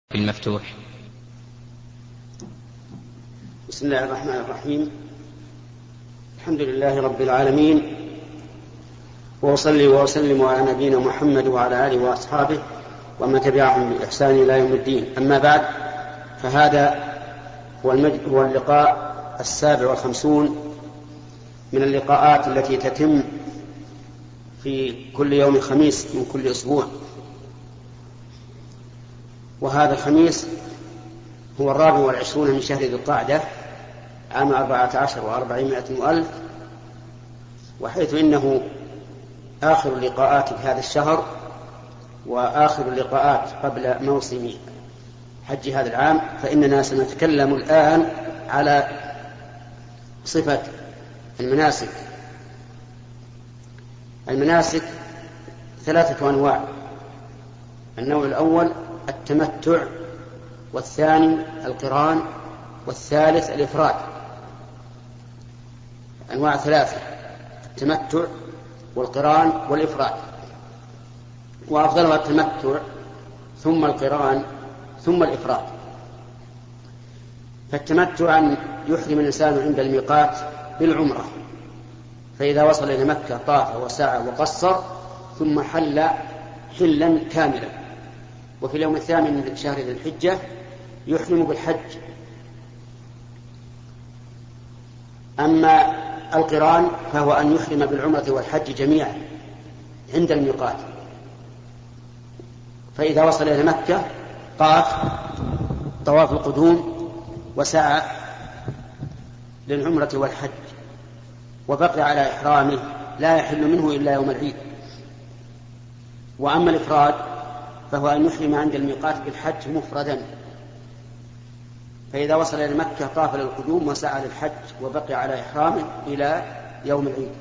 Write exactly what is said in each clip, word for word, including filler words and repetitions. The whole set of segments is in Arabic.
المفتوح. بسم الله الرحمن الرحيم. الحمد لله رب العالمين، وأصلي وأسلم على نبينا محمد وعلى آله وأصحابه ومن تبعهم بإحسان إلى يوم الدين. أما بعد، فهذا هو, المج... هو اللقاء السابع والخمسون من اللقاءات التي تتم في كل يوم خميس من كل أسبوع، وهذا الخميس هو الرابع والعشرون من شهر ذي القعدة عام أربعة عشر وأربعمائة وألف، وحيث إنه آخر اللقاءات في هذا الشهر وآخر اللقاءات قبل موسم حج هذا العام، فإننا سنتكلم الآن على صفة المناسك. المناسك ثلاثة أنواع: النوع الأول التمتع، والثاني القران، والثالث الإفراد. أنواع ثلاثة: التمتع والقران والإفراد، وأفضلها التمتع ثم القران ثم الإفراد. فالتمتع أن يحرم الإنسان عند الميقات بالعمرة، فإذا وصل إلى مكة طاف وسعى وقصر ثم حل حلا كاملا. وفي اليوم الثامن من شهر ذي الحجة يحرم بالحج. أما القران فهو أن يحرم بالعمرة والحج جميعا عند الميقات، فإذا وصل إلى مكة طاف طواف القدوم وسعى للعمرة والحج وبقي على إحرامه لا يحل منه إلا يوم العيد. وأما الإفراد فهو أن يحرم عند الميقات بالحج مفردا، فإذا وصل إلى مكة طاف للقدوم وسعى للحج وبقي على إحرامه إلى يوم العيد.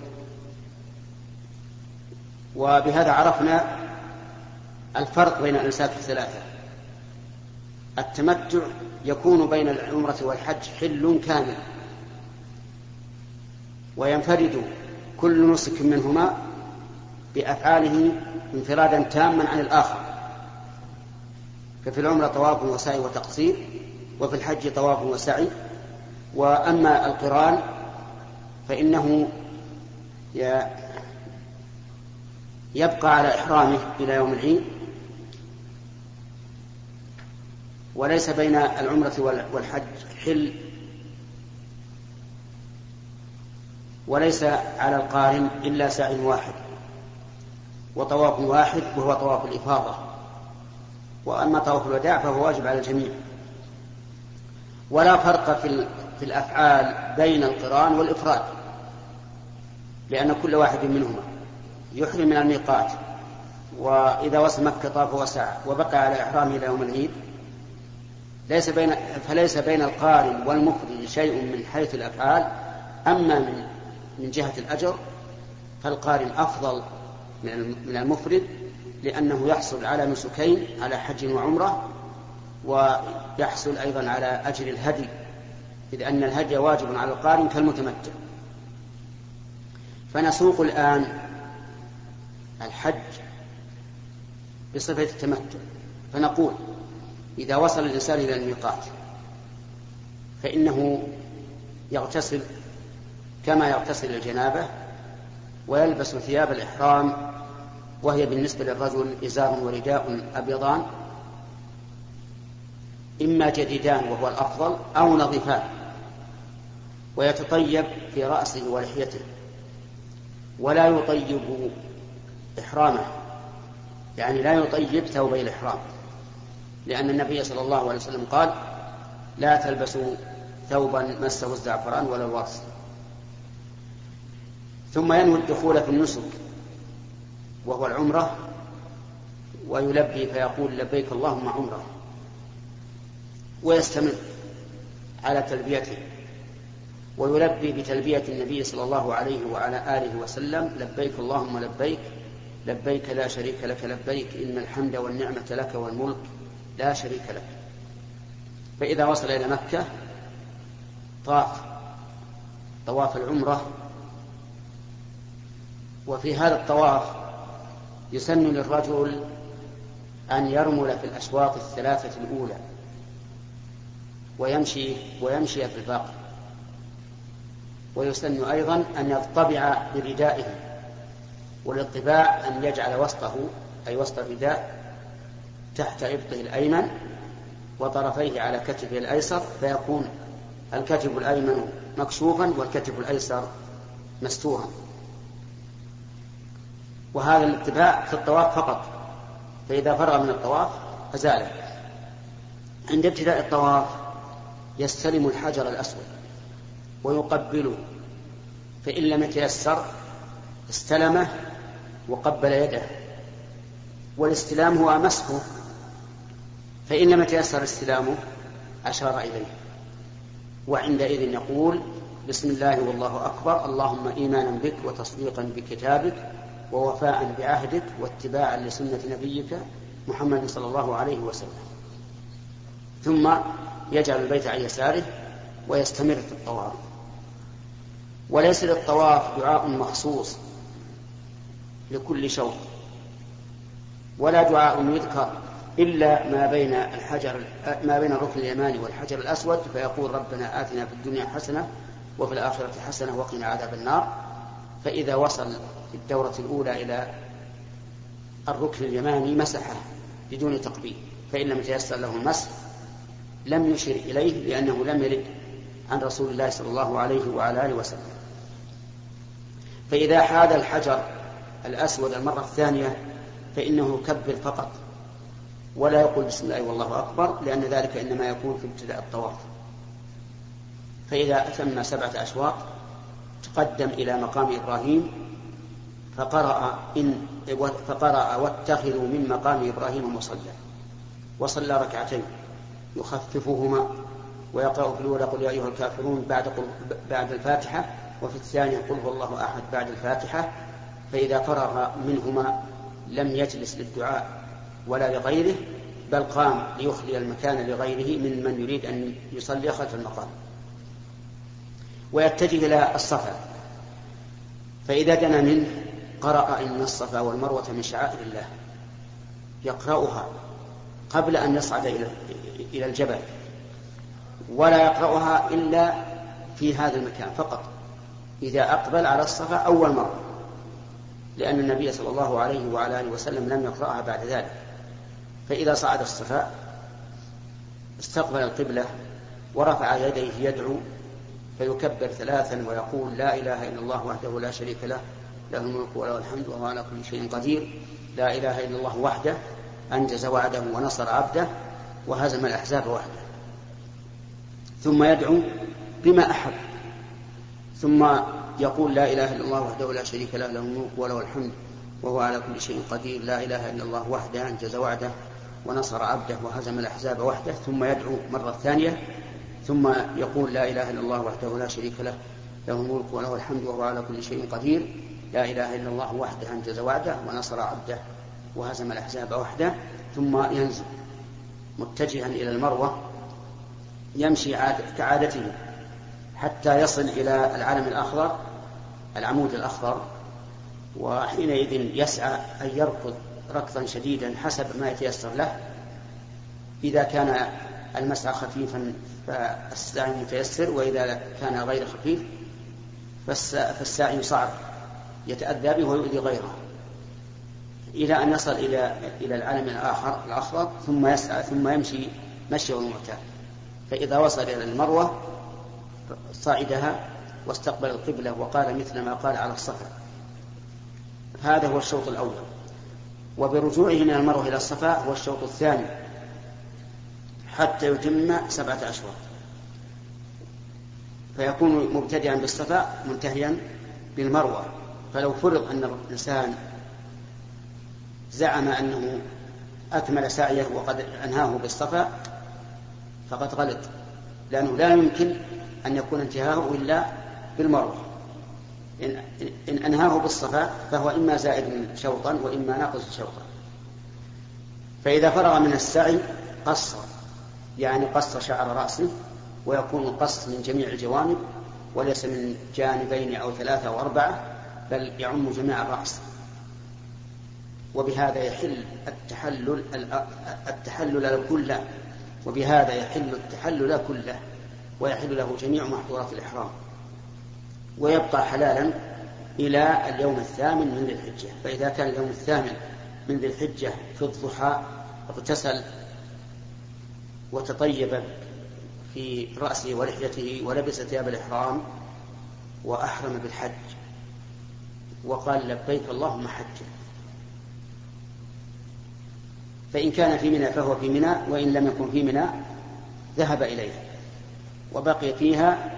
وبهذا عرفنا الفرق بين الأنساك الثلاثة. التمتع يكون بين العمرة والحج حل كامل، وينفرد كل نسك منهما بأفعاله انفرادا تاما عن الآخر، ففي العمرة طواف وسعي وتقصير، وفي الحج طواف وسعي. وأما القران فإنه يبقى على إحرامه إلى يوم العيد، وليس بين العمرة والحج حل، وليس على القارن إلا سعي واحد وطواف واحد وهو طواف الإفاضة. وأما طواف الوداع فهو واجب على الجميع. ولا فرق في الأفعال بين القران والإفراد، لأن كل واحد منهما يحرم من الميقات، وإذا وصل مكة طاف وسعى وبقى على إحرامه إلى يوم العيد. ليس بين فليس بين القارن والمفرد شيء من حيث الأفعال. أما من من جهة الأجر فالقارن أفضل من المفرد، لأنه يحصل على نسكين، على حج وعمرة، ويحصل أيضا على أجر الهدي، إذ أن الهدي واجب على القارن كالمتمتع. فنسوق الآن الحج بصفة التمتع، فنقول: إذا وصل الإنسان إلى الميقات فإنه يغتسل كما يغتسل الجنابة، ويلبس ثياب الإحرام، وهي بالنسبة للرجل إزار ورداء أبيضان إما جديدان وهو الأفضل أو نظيفان، ويتطيب في رأسه ولحيته، ولا يطيب إحرامه، يعني لا يطيب ثوبي الإحرام، لأن النبي صلى الله عليه وسلم قال: لا تلبسوا ثوبا مسه الزعفران ولا الورس. ثم ينوي الدخول في النسك وهو العمرة، ويلبي فيقول: لبيك اللهم عمرة، ويستمر على تلبيته، ويلبي بتلبية النبي صلى الله عليه وعلى آله وسلم: لبيك اللهم لبيك، لبيك لا شريك لك لبيك، إن الحمد والنعمة لك والملك لا شريك لك. فإذا وصل إلى مكة طاف طواف العمرة. وفي هذا الطواف يسن للرجل أن يرمل في الأشواط الثلاثة الأولى ويمشي ويمشي في الباقي. ويسن أيضا أن يطبع بردائه، والاطباع أن يجعل وسطه أي وسط الرداء تحت إبطه الأيمن وطرفيه على كتفه الأيسر، فيكون الكتف الأيمن مكشوفا والكتف الأيسر مستورا. وهذا الاتباع في الطواف فقط، فإذا فرغ من الطواف أزاله. عند ابتداء الطواف يستلم الحجر الأسود ويقبله، فإن لم يتيسر استلمه وقبل يده، والاستلام هو مسحه، فإن لم يتيسر استلامه أشار إليه، وعندئذ يقول بسم الله والله أكبر، اللهم إيمانا بك وتصديقا بكتابك ووفاء بعهدك واتباعا لسنة نبيك محمد صلى الله عليه وسلم. ثم يجعل البيت عن يساره ويستمر في الطواف. وليس للطواف دعاء مخصوص لكل شوط، ولا دعاء يذكر إلا ما بين الحجر ما بين الركن اليماني والحجر الأسود، فيقول ربنا آتنا في الدنيا حسنة وفي الآخرة حسنة وقنا عذاب النار. فإذا وصل في الدورة الأولى إلى الركن اليماني مسحه بدون تقبيل، فإن لم يتيسر له المسح لم يشر إليه، لأنه لم يرد عن رسول الله صلى الله عليه وعلى آله وسلم. فإذا حاذ الحجر الأسود المرة الثانية فإنه يكبر فقط ولا يقول بسم الله والله أكبر، لأن ذلك إنما يكون في ابتداء الطواف. فإذا أتم سبعة أشواط تقدم إلى مقام إبراهيم فقرأ, إن فقرأ واتخذوا من مقام إبراهيم مصلى، وصلى ركعتين يخففهما، ويقرأ في الأولى قل يا أيها الكافرون بعد, بعد الفاتحة، وفي الثانية قل هو الله أحد بعد الفاتحة. فإذا فرغ منهما لم يجلس للدعاء ولا لغيره، بل قام ليخلي المكان لغيره من من يريد أن يصلي خلف المقام، ويتجه إلى الصفا. فإذا دنا منه قرأ إن الصفا والمروة من شعائر الله، يقرأها قبل أن يصعد إلى الجبل، ولا يقرأها إلا في هذا المكان فقط إذا أقبل على الصفا أول مرة، لأن النبي صلى الله عليه وعلى آله وسلم لم يقرأها بعد ذلك. فإذا صعد الصفا استقبل القبلة ورفع يديه يدعو، فيكبر ثلاثا ويقول لا إله إلا الله وحده لا شريك له له الملك وله الحمد وهو على كل شيء قدير، لا إله إلا الله وحده أنجز وعده ونصر عبده وهزم الأحزاب وحده. ثم يدعو بما أحب، ثم يقول لا إله إلا الله وحده لا شريك له له الملك وله الحمد وهو على كل شيء قدير، لا إله إلا الله وحده أنجز وعده ونصر عبده وهزم الأحزاب وحده. ثم يدعو مرة ثانية، ثم يقول لا إله إلا الله وحده لا شريك له له الملك وله الحمد وهو على كل شيء قدير، لا إله إلا الله وحده أنجز وعده ونصر عبده وهزم الأحزاب وحده. ثم ينزل متجها إلى المروة، يمشي كعادته حتى يصل إلى العلم الأخضر العمود الأخضر، وحينئذ يسعى أن يركض ركضا شديدا حسب ما يتيسر له. إذا كان المسعى خفيفا فالسعي متيسر، وإذا كان غير خفيف فالسعي صعب يتأذى به ويؤذي غيره، إلى أن يصل إلى إلى العلم الآخر الأخضر، ثم يسعى ثم يمشي مشي المعتاد. فإذا وصل إلى المروة صعدها واستقبل القبلة وقال مثل ما قال على الصفا. هذا هو الشوط الأول. وبرجوعه من المروة إلى الصفا هو الشوط الثاني حتى يتم سبعة أشواط، فيكون مبتدئا بالصفا منتهيا بالمروة. فلو فرض أن الإنسان زعم أنه أكمل سعيه وقد أنهاه بالصفا فقد غلط، لأنه لا يمكن أن يكون انتهاؤه إلا بالمروة. إن, إن أنهاه بالصفا فهو إما زائد شوطا وإما ناقص شوطا. فإذا فرغ من السعي قصر، يعني قص شعر رأسه، ويكون القص من جميع الجوانب وليس من جانبين أو ثلاثة أو أربعة، بل يعم جميع الرأس. وبهذا يحل التحلل التحلل كله وبهذا يحل التحلل كله ويحل له جميع محظورات الإحرام، ويبقى حلالا إلى اليوم الثامن من ذي الحجة. فإذا كان اليوم الثامن من ذي الحجة في الضحى اغتسل وتطيب في رأسه ولحيته ولبس ثياب الإحرام وأحرم بالحج وقال لبيك اللهم حجا، فإن كان في منى فهو في منى، وإن لم يكن في منى ذهب إليها وبقي فيها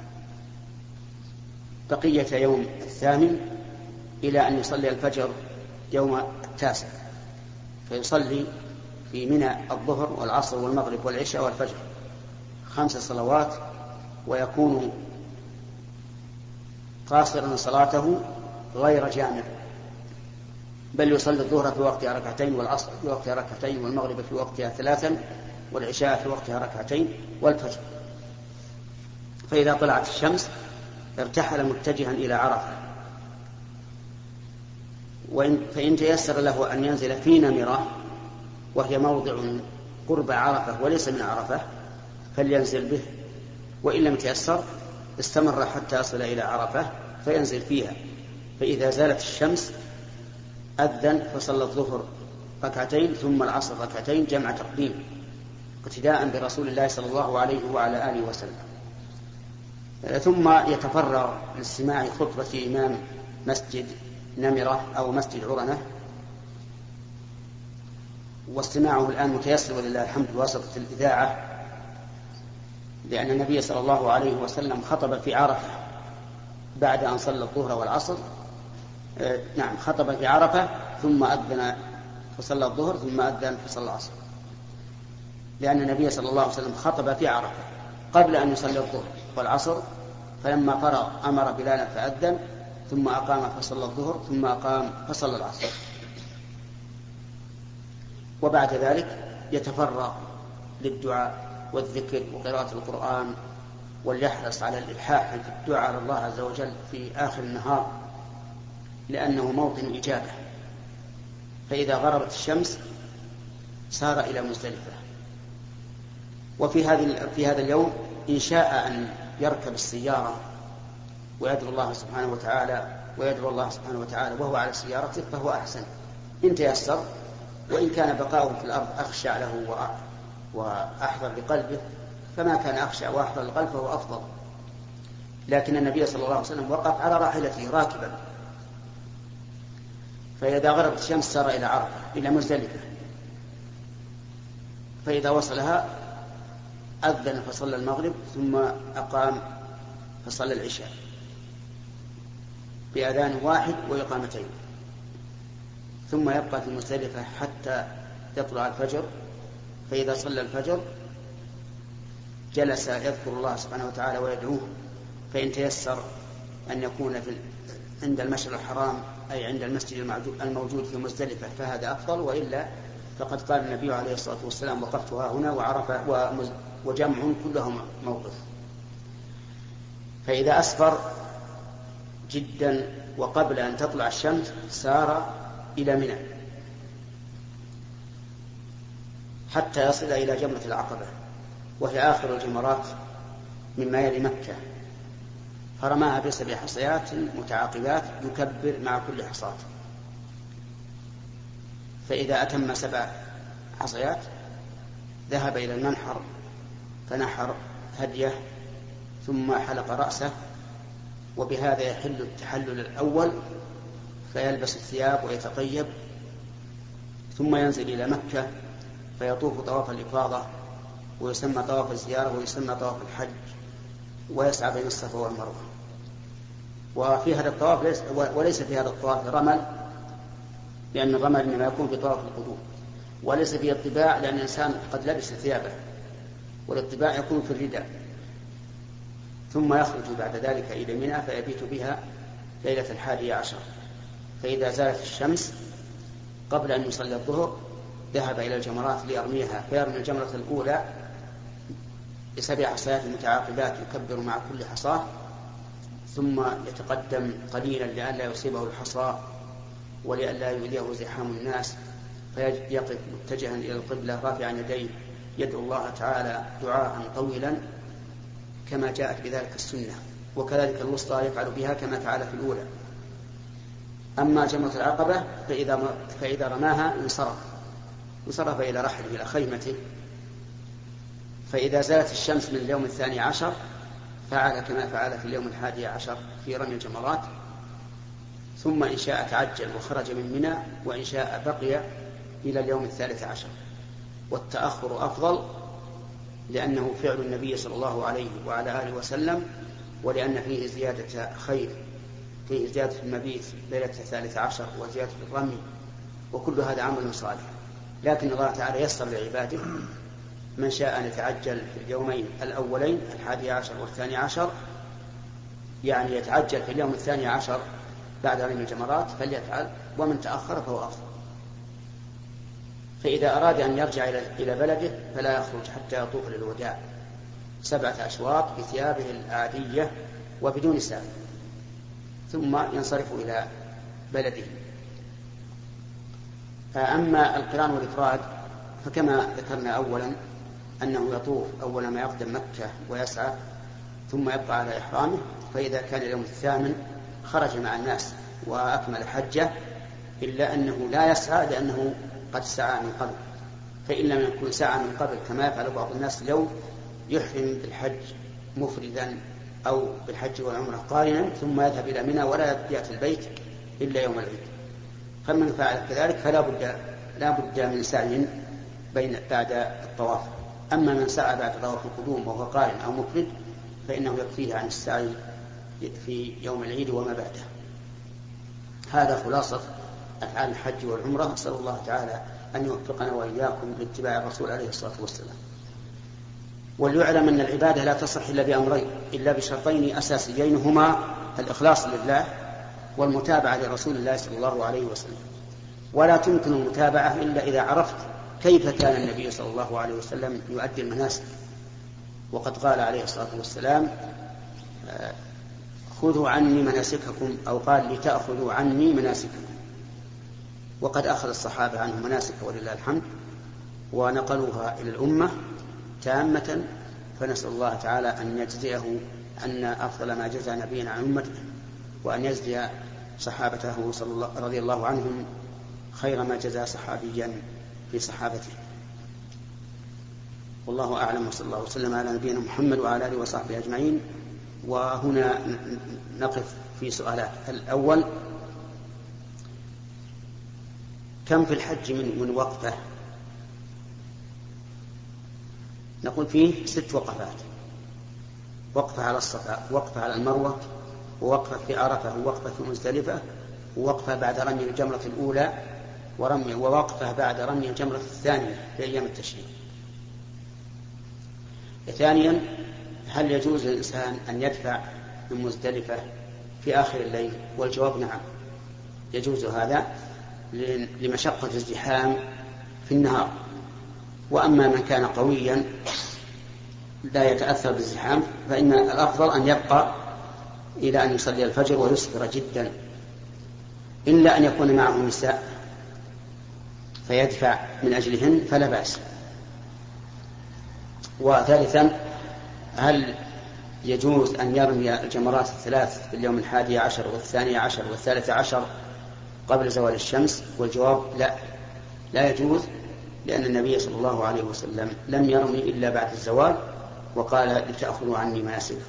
بقية يوم الثامن إلى أن يصلي الفجر يوم التاسع، فيصلي في منى الظهر والعصر والمغرب والعشاء والفجر خمس صلوات، ويكون قاصرا صلاته غير جامع، بل يصلي الظهر في وقتها ركعتين والعصر في وقتها ركعتين والمغرب في وقتها ثلاثا والعشاء في وقتها ركعتين والفجر. فإذا طلعت الشمس ارتحل متجها إلى عرفة، وإن فإن تيسر له أن ينزل في نمرة وهي موضع قرب عرفة وليس من عرفة فلينزل به، وإن لم يتيسر استمر حتى يصل إلى عرفة فينزل فيها. فإذا زالت الشمس أذن فصلى الظهر ركعتين ثم العصر ركعتين جمع تقديم اقتداء برسول الله صلى الله عليه وعلى آله وسلم. ثم يتفرغ لاستماع خطبة إمام مسجد نمرة أو مسجد عرنة، واستماعه الآن متيسر ولله الحمد بواسطة الإذاعة، لأن النبي صلى الله عليه وسلم خطب في عرفة بعد أن صلى الظهر والعصر آه نعم خطب في عرفة ثم أذن فصلى الظهر ثم أذن فصلى العصر، لأن النبي صلى الله عليه وسلم خطب في عرفة قبل أن يصلي الظهر والعصر، فلما فرغ أمر بلالا فأذن ثم أقام فصلى الظهر ثم أقام فصلى العصر، وبعد ذلك يتفرغ للدعاء والذكر وقراءة القرآن، وليحرص على الإلحاح في الدعاء على الله عز وجل في آخر النهار لأنه موطن إجابة. فإذا غربت الشمس سار إلى مزدلفة. وفي هذه في هذا اليوم إن شاء أن يركب السيارة ويدعو الله سبحانه وتعالى ويدعو الله سبحانه وتعالى وهو على سيارته فهو أحسن إن تيسر، وإن كان بقاؤه في الأرض أخشع له وأحضر لقلبه فما كان أخشع وأحضر لقلبه فهو أفضل. لكن النبي صلى الله عليه وسلم وقف على راحلته راكبا، فإذا غربت الشمس سار إلى عرفة إلى مزدلفة، فإذا وصلها أذن فصلى المغرب ثم أقام فصلى العشاء بأذان واحد وإقامتين، ثم يبقى في مزدلفة حتى يطلع الفجر. فإذا صلى الفجر جلس يذكر الله سبحانه وتعالى ويدعوه، فإن تيسر أن يكون في عند المشعر الحرام أي عند المسجد الموجود في مزدلفة فهذا أفضل، وإلا فقد قال النبي عليه الصلاة والسلام وقفتها هنا وعرفة وجمع كلهم موقف. فإذا أسفر جدا وقبل أن تطلع الشمس سار إلى منى حتى يصل إلى جمرة العقبة وهي آخر الجمرات مما يلي مكة، فرماها بسبع حصيات متعاقبات يكبر مع كل حصاة. فإذا أتم سبع حصيات ذهب إلى المنحر فنحر هديه ثم حلق رأسه، وبهذا يحل التحلل الأول فيلبس الثياب ويتطيب، ثم ينزل إلى مكة فيطوف طواف الإفاضة ويسمى طواف الزيارة ويسمى طواف الحج، ويسعى بين الصفا والمروة. وفي هذا الطواف ليس وليس في هذا الطواف رمل، لأن الرمل إنما يكون في طواف القدوم، وليس فيه الطباع لأن الإنسان قد لبس ثيابه، والطباع يكون في الرداء. ثم يخرج بعد ذلك إلى منى فيبيت بها ليلة الحادية عشر. فإذا زالت الشمس قبل أن يصلي الظهر ذهب إلى الجمرات ليرميها، فيرمي الجمرة الأولى بسبع حصيات متعاقبات يكبر مع كل حصاة، ثم يتقدم قليلا لئلا يصيبه الحصى ولئلا يؤذيه زحام الناس فيقف متجها إلى القبلة رافعا يديه يدعو الله تعالى دعاء طويلا كما جاءت بذلك السنة، وكذلك الوسطى يفعل بها كما فعل في الأولى. أما جمرة العقبة فإذا, فإذا رماها انصرف انصرف إلى رحله إلى خيمته، فإذا زالت الشمس من اليوم الثاني عشر فعل كما فعل في اليوم الحادي عشر في رمي الجمرات، ثم إن شاء تعجل وخرج من منى، وإن شاء بقي إلى اليوم الثالث عشر. والتأخر أفضل لأنه فعل النبي صلى الله عليه وعلى آله وسلم، ولأن فيه زيادة خير، فيه زيادة المبيت ليلة الثالث عشر وزيادة الرمي، وكل هذا عمل صالح. لكن الله تعالى يسر لعباده، من شاء أن يتعجل في اليومين الأولين الحادي عشر والثاني عشر، يعني يتعجل في اليوم الثاني عشر بعد رمي الجمرات فليفعل، ومن تأخر فهو أفضل. فإذا أراد أن يرجع إلى بلده فلا يخرج حتى يطوف للوداع سبعة أشواط بثيابه العادية وبدون ساعة، ثم ينصرف إلى بلده. أما القران والإفراد فكما ذكرنا أولا أنه يطوف أول ما يقدم مكة ويسعى ثم يبقى على إحرامه، فإذا كان اليوم الثامن خرج مع الناس وأكمل حجه، إلا أنه لا يسعى لأنه قد سعى من قبل، فإن لم يكن سعى من قبل كما يفعل بعض الناس لو يحرم بالحج مفردا أو بالحج والعمرة قارنا ثم يذهب إلى منى ولا يأتي البيت إلا يوم العيد، فمن فعل كذلك فلا بد لا بد من سعي بين بعد الطواف. أما من سعى بعد طواف القدوم وهو قارن أو مفرد فإنه يكفيه عن السعي في يوم العيد وما بعده. هذا خلاصة أفعال الحج والعمرة. أسأل الله تعالى أن يوفقنا وإياكم لاتباع الرسول عليه الصلاة والسلام. وليعلم أن العبادة لا تصح إلا بأمرين، إلا بشرطين أساسيين، هما الإخلاص لله والمتابعة لرسول الله صلى الله عليه وسلم. ولا تمكن المتابعة إلا إذا عرفت كيف كان النبي صلى الله عليه وسلم يؤدي المناسك. وقد قال عليه الصلاة والسلام خذوا عني مناسككم، أو قال لتأخذوا عني مناسككم. وقد أخذ الصحابة عنه مناسك ولله الحمد ونقلوها إلى الأمة تامة، فنسأل الله تعالى أن يجزيه أن أفضل ما جزى نبينا عن أمته، وأن يجزي صحابته صلى الله رضي الله عنهم خير ما جزى صحابيا في صحابته. والله أعلم، وصلى الله وسلم على نبينا محمد وعلى آله وصحبه أجمعين. وهنا نقف في سؤالات. الأول: كم في الحج من, من وقفة؟ نقول فيه ست وقفات: وقفة على الصفا، وقفة على المروة، ووقفة في عرفة، ووقفة في مزدلفة، ووقفة بعد رمي الجمرة الأولى ورمي ووقفة بعد رمي الجمرة الثانية في أيام التشريق. ثانيا: هل يجوز للإنسان أن يدفع من مزدلفة في آخر الليل؟ والجواب نعم، يجوز هذا لمشقة الزحام في النهار. وأما من كان قويا لا يتأثر بالزحام فإن الأفضل أن يبقى إلى أن يصلي الفجر ويسفر جدا، إلا أن يكون معه نساء فيدفع من أجلهن فلا بأس. وثالثا: هل يجوز أن يرمي الجمرات الثلاث في اليوم الحادي عشر والثاني عشر والثالث عشر قبل زوال الشمس؟ والجواب لا، لا يجوز، لأن النبي صلى الله عليه وسلم لم يرمي إلا بعد الزوال وقال لتأخذوا عني مناسككم.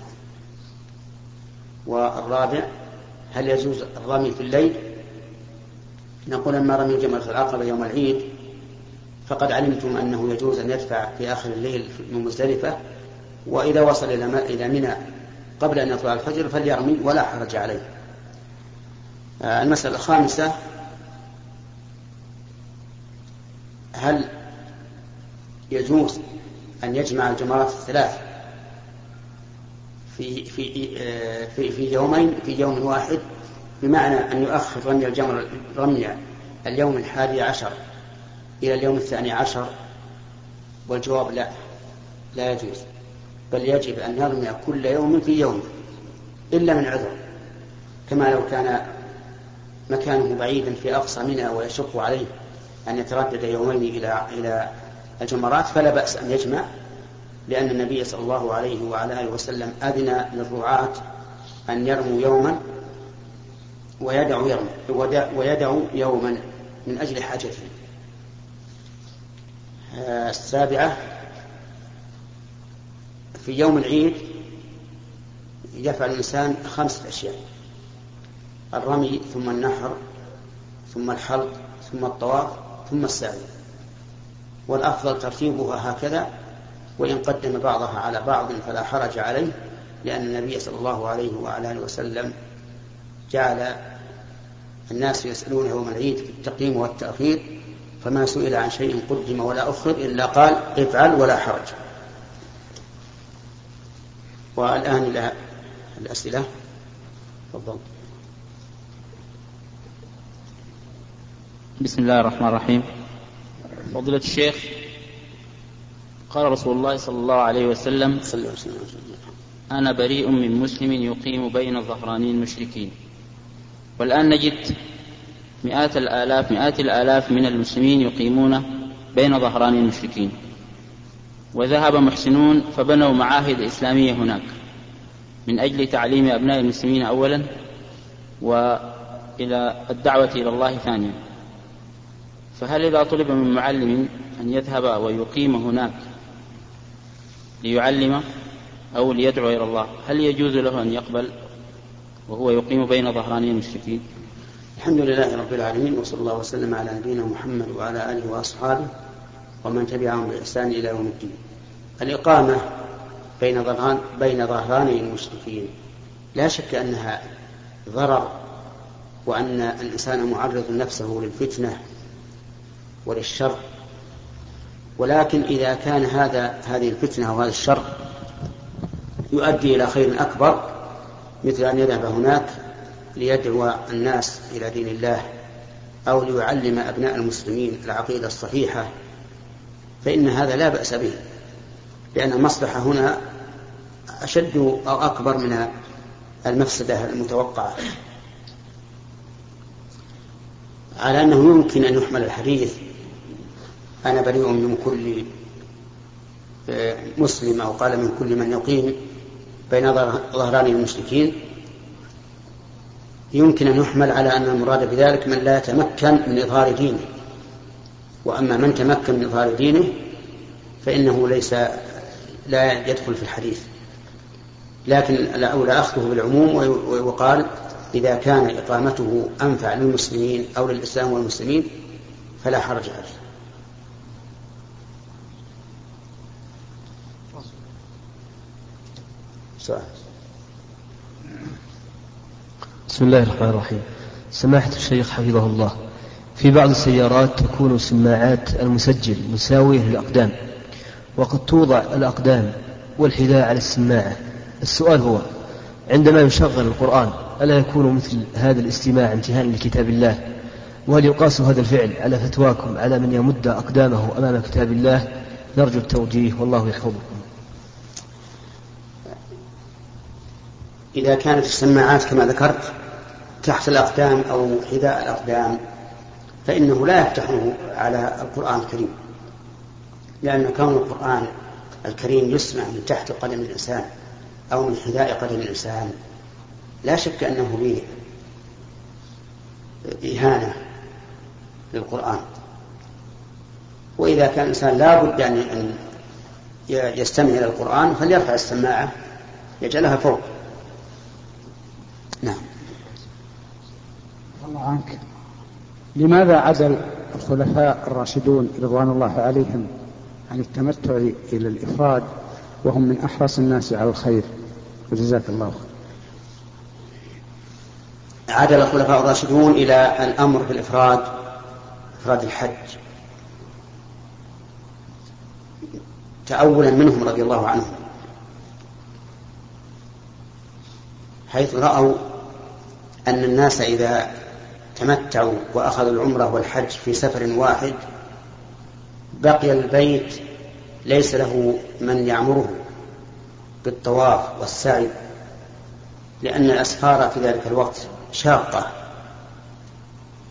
والرابع: هل يجوز الرمي في الليل؟ نقول: لما رمي جمرة العقبة يوم العيد فقد علمتم أنه يجوز أن يدفع في آخر الليل من مزدلفة، وإذا وصل إلى منى قبل أن يطلع الفجر فليرمي ولا حرج عليه. المسألة الخامسة: هل يجوز أن يجمع الجمرات الثلاث في في في في يومين في يوم واحد، بمعنى أن يؤخر رمي الجمر رمي اليوم الحادي عشر إلى اليوم الثاني عشر؟ والجواب لا، لا يجوز، بل يجب أن يرمي كل يوم في يوم إلا من عذر، كما لو كان مكانه بعيدا في أقصى منى ويشق عليه أن يتردد يومين إلى إلى الجمرات فلا بأس أن يجمع، لأن النبي صلى الله عليه وعلى آله وسلم أذن للرعاة أن يرموا يوما ويدعوا ويدعوا يوما من أجل حاجتهم. السابعة في يوم العيد يفعل الإنسان خمسة أشياء: الرمي ثم النحر ثم الحلق ثم الطواف ثم السعي، والأفضل ترتيبها هكذا، وإن قدم بعضها على بعض فلا حرج عليه، لأن النبي صلى الله عليه وعلى آله وسلم جعل الناس يسألون يوم العيد في التقديم والتأخير، فما سئل عن شيء قدم ولا أخر إلا قال افعل ولا حرج. والآن إلى الأسئلة. تفضل. بسم الله الرحمن الرحيم. فضيلة الشيخ، قال رسول الله صلى الله عليه وسلم: أنا بريء من مسلم يقيم بين ظهراني المشركين. والآن نجد مئات الآلاف مئات الآلاف من المسلمين يقيمون بين ظهراني المشركين، وذهب محسنون فبنوا معاهد إسلامية هناك من أجل تعليم أبناء المسلمين أولا، وإلى الدعوة إلى الله ثانيا. فهل إذا طلب من معلم أن يذهب ويقيم هناك ليعلم أو ليدعو إلى الله، هل يجوز له أن يقبل وهو يقيم بين ظهراني المشركين؟ الحمد لله رب العالمين، وصلى الله وسلم على نبينا محمد وعلى آله وأصحابه ومن تبعهم بإحسان إلى يوم الدين. الإقامة بين ظهران بين ظهراني المشركين لا شك أنها ضرر، وأن الإنسان معرض نفسه للفتنة وللشر، ولكن إذا كان هذا هذه الفتنة وهذا الشر يؤدي إلى خير أكبر، مثل أن يذهب هناك ليدعو الناس إلى دين الله أو ليعلم أبناء المسلمين العقيدة الصحيحة، فإن هذا لا بأس به، لأن المصلحة هنا أشد أو أكبر من المفسدة المتوقعة. على أنه يمكن أن يحمل الحديث أنا بريء من كل مسلم، أو قال من كل من يقيم بين ظهراني المشركين، يمكن أن يحمل على أن المراد بذلك من لا يتمكن من إظهار دينه، وأما من تمكن من إظهار دينه فإنه ليس لا يدخل في الحديث، لكن الأولى أخذه بالعموم، وقال إذا كان إقامته أنفع للمسلمين أو للإسلام والمسلمين فلا حرج عليه. سؤال. بسم الله الرحمن الرحيم. سماحة الشيخ حفظه الله، في بعض السيارات تكون سماعات المسجل مساوية للأقدام، وقد توضع الأقدام والحذاء على السماعة. السؤال هو: عندما يشغل القرآن ألا يكون مثل هذا الاستماع امتهان لكتاب الله؟ وهل يقاس هذا الفعل على فتواكم على من يمد أقدامه أمام كتاب الله؟ نرجو التوجيه والله يحفظكم. إذا كانت السماعات كما ذكرت تحت الأقدام أو حذاء الأقدام فإنه لا يفتحه على القرآن الكريم، لأن كون القرآن الكريم يسمع من تحت قدم الإنسان أو من حذاء قدم الإنسان لا شك أنه به إهانة للقرآن. وإذا كان الإنسان لا بد أن يستمع إلى القرآن فليرفع السماعة يجعلها فوق. نعم. الله عنك، لماذا عدل الخلفاء الراشدون رضوان الله عليهم عن التمتع إلى الإفراد وهم من أحرص الناس على الخير؟ وجزاك الله خير. عدل الخلفاء الراشدون إلى الأمر بالإفراد، إفراد الحج، تأولا منهم رضي الله عنهم، حيث رأوا أن الناس إذا تمتعوا وأخذوا العمرة والحج في سفر واحد بقي البيت ليس له من يعمره بالطواف والسعي، لأن الأسفار في ذلك الوقت شاقة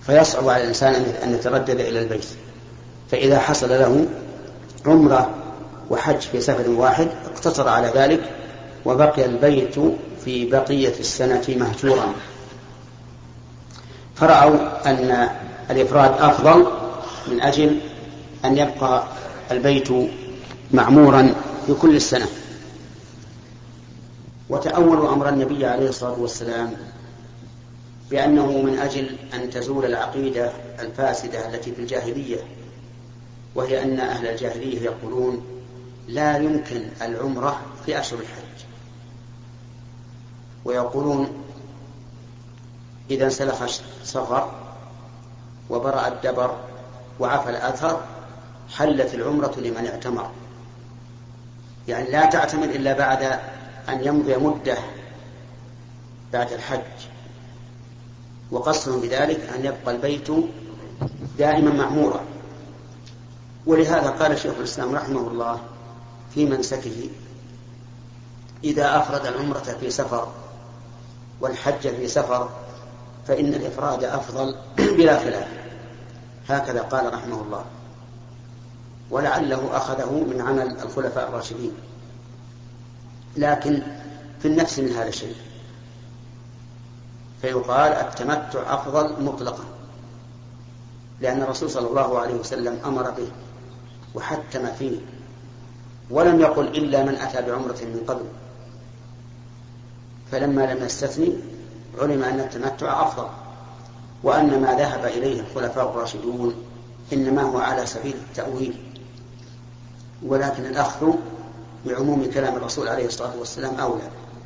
فيصعب على الإنسان أن يتردد إلى البيت. فإذا حصل له عمرة وحج في سفر واحد اقتصر على ذلك وبقي البيت في بقية السنة مهجورا. فرأوا أن الإفراد أفضل من أجل أن يبقى البيت معمورا في كل السنة. وتأولوا أمر النبي عليه الصلاة والسلام بأنه من أجل أن تزول العقيدة الفاسدة التي في الجاهلية، وهي أن أهل الجاهلية يقولون لا يمكن العمرة في أشهر الحج، ويقولون إذا انسلخ صغر وبرأ الدبر وعفى الأثر حلت العمرة لمن اعتمر، يعني لا تعتمر إلا بعد أن يمضي مدة بعد الحج. وقصدهم بذلك أن يبقى البيت دائما معمورا. ولهذا قال شيخ الإسلام رحمه الله في منسكه إذا أفرد العمرة في سفر والحج في سفر فإن الإفراد أفضل بلا خلاف. هكذا قال رحمه الله، ولعله أخذه من عمل الخلفاء الراشدين، لكن في النفس من هذا الشيء، فيقال التمتع أفضل مطلقا، لأن الرسول صلى الله عليه وسلم أمر به وحتم فيه، ولم يقل إلا من أتى بعمرة من قبل. فلما لم يستثني علم أن التمتع أفضل، وأن ما ذهب إليه الخلفاء الراشدون إنما هو على سبيل التأويل، ولكن الأخذ بعموم كلام الرسول عليه الصلاة والسلام أولى.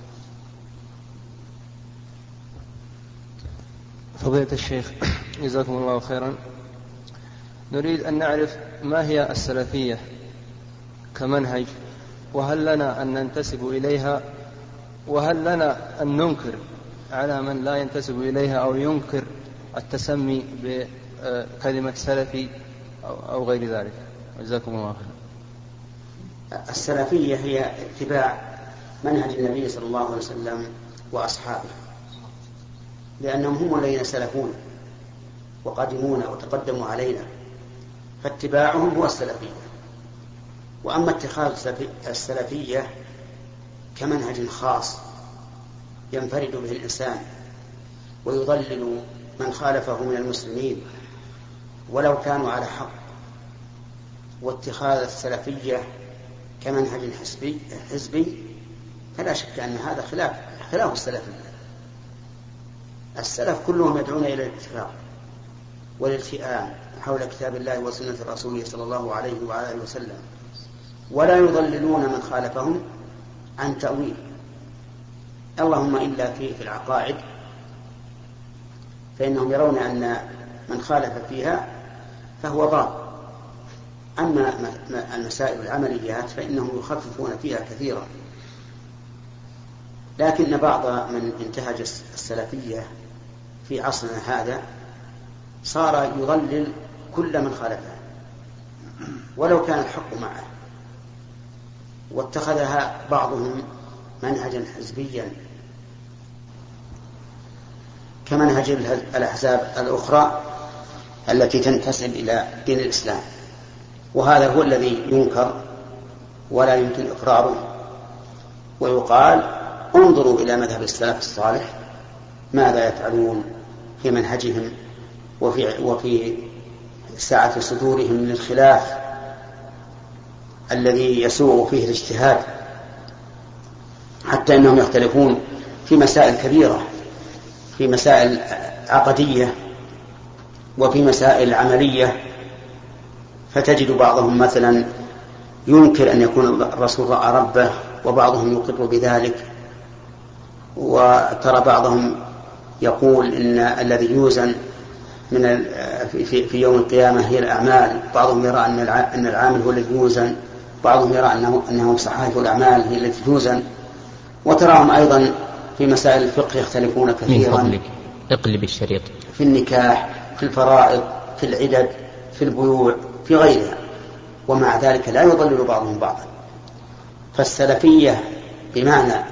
فضيلة الشيخ جزاكم الله خيرا، نريد أن نعرف ما هي السلفية كمنهج، وهل لنا أن ننتسب إليها، وهل لنا أن ننكر على من لا ينتسب إليها أو ينكر التسمي بكلمة سلفي أو غير ذلك. جزاكم الله خيرا. السلفية هي اتباع منهج النبي صلى الله عليه وسلم وأصحابه، لأنهم هم الذين سلفونا وقدمونا وتقدموا علينا، فاتباعهم هو السلفية. وأما اتخاذ السلفية كمنهج خاص ينفرد به الإنسان ويضلل من خالفه من المسلمين ولو كانوا على حق، واتخاذ السلفية كمنهج حزبي, حزبي فلا شك أن هذا خلاف خلاف السلفية. السلف كلهم يدعون إلى الاتفاق والالتئام حول كتاب الله وسنة رسوله صلى الله عليه وعلى آله وسلم، ولا يضللون من خالفهم عن تأويل، اللهم إلا في في العقائد، فإنهم يرون أن من خالف فيها فهو ضال. أما المسائل العمليات فإنهم يخففون فيها كثيرا. لكن بعض من انتهج السلفية في عصرنا هذا صار يضلل كل من خالفها ولو كان الحق معه، واتخذها بعضهم منهجا حزبيا كمنهج الأحزاب الأخرى التي تنتسب إلى دين الإسلام، وهذا هو الذي ينكر ولا يمكن إقراره. ويقال انظروا إلى مذهب السلف الصالح ماذا يفعلون في منهجهم وفي, وفي سعة صدورهم من الخلاف الذي يسوغ فيه الاجتهاد، حتى أنهم يختلفون في مسائل كبيرة، في مسائل عقدية وفي مسائل عملية. فتجد بعضهم مثلا ينكر أن يكون الرسول رأى ربه وبعضهم يقر بذلك، وترى بعضهم يقول إن الذي يوزن من في, في يوم القيامة هي الأعمال، بعضهم يرى أن العامل هو الذي يوزن، بعضهم يرى أنه, أنه صحائف الأعمال هي التي توزن. وتراهم أيضا في مسائل الفقه يختلفون كثيرا، اقلب الشريط، في النكاح، في الفرائض، في العدد، في البيوع، في غيرها، ومع ذلك لا يضلل بعضهم بعضا. فالسلفية بمعنى